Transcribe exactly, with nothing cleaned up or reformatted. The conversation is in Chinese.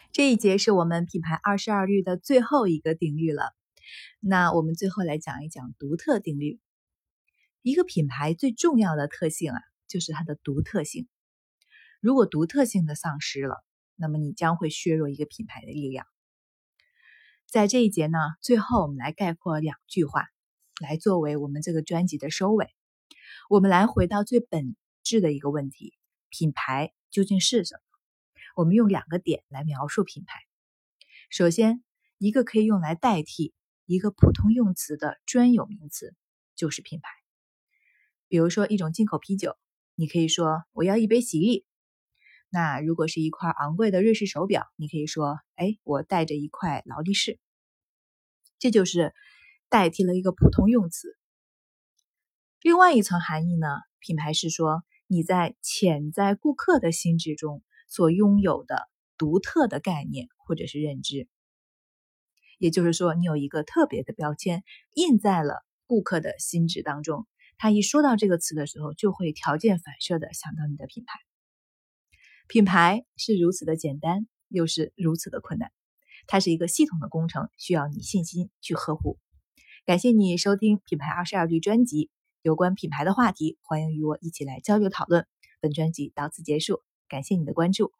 这一节是我们品牌二十二律的最后一个定律了。那我们最后来讲一讲独特定律。一个品牌最重要的特性啊，就是它的独特性。如果独特性的丧失了，那么你将会削弱一个品牌的力量。在这一节呢，最后我们来概括两句话，来作为我们这个专辑的收尾。我们来回到最本质的一个问题：品牌究竟是什么？我们用两个点来描述品牌。首先，一个可以用来代替一个普通用词的专有名词就是品牌。比如说一种进口啤酒，你可以说我要一杯喜力。那如果是一块昂贵的瑞士手表，你可以说哎，我带着一块劳力士。这就是代替了一个普通用词。另外一层含义呢，品牌是说你在潜在顾客的心智中所拥有的独特的概念或者是认知。也就是说，你有一个特别的标签印在了顾客的心智当中，他一说到这个词的时候，就会条件反射的想到你的品牌。品牌是如此的简单，又是如此的困难，它是一个系统的工程，需要你信心去呵护。感谢你收听品牌二十二律专辑，有关品牌的话题，欢迎与我一起来交流讨论。本专辑到此结束，感谢你的关注。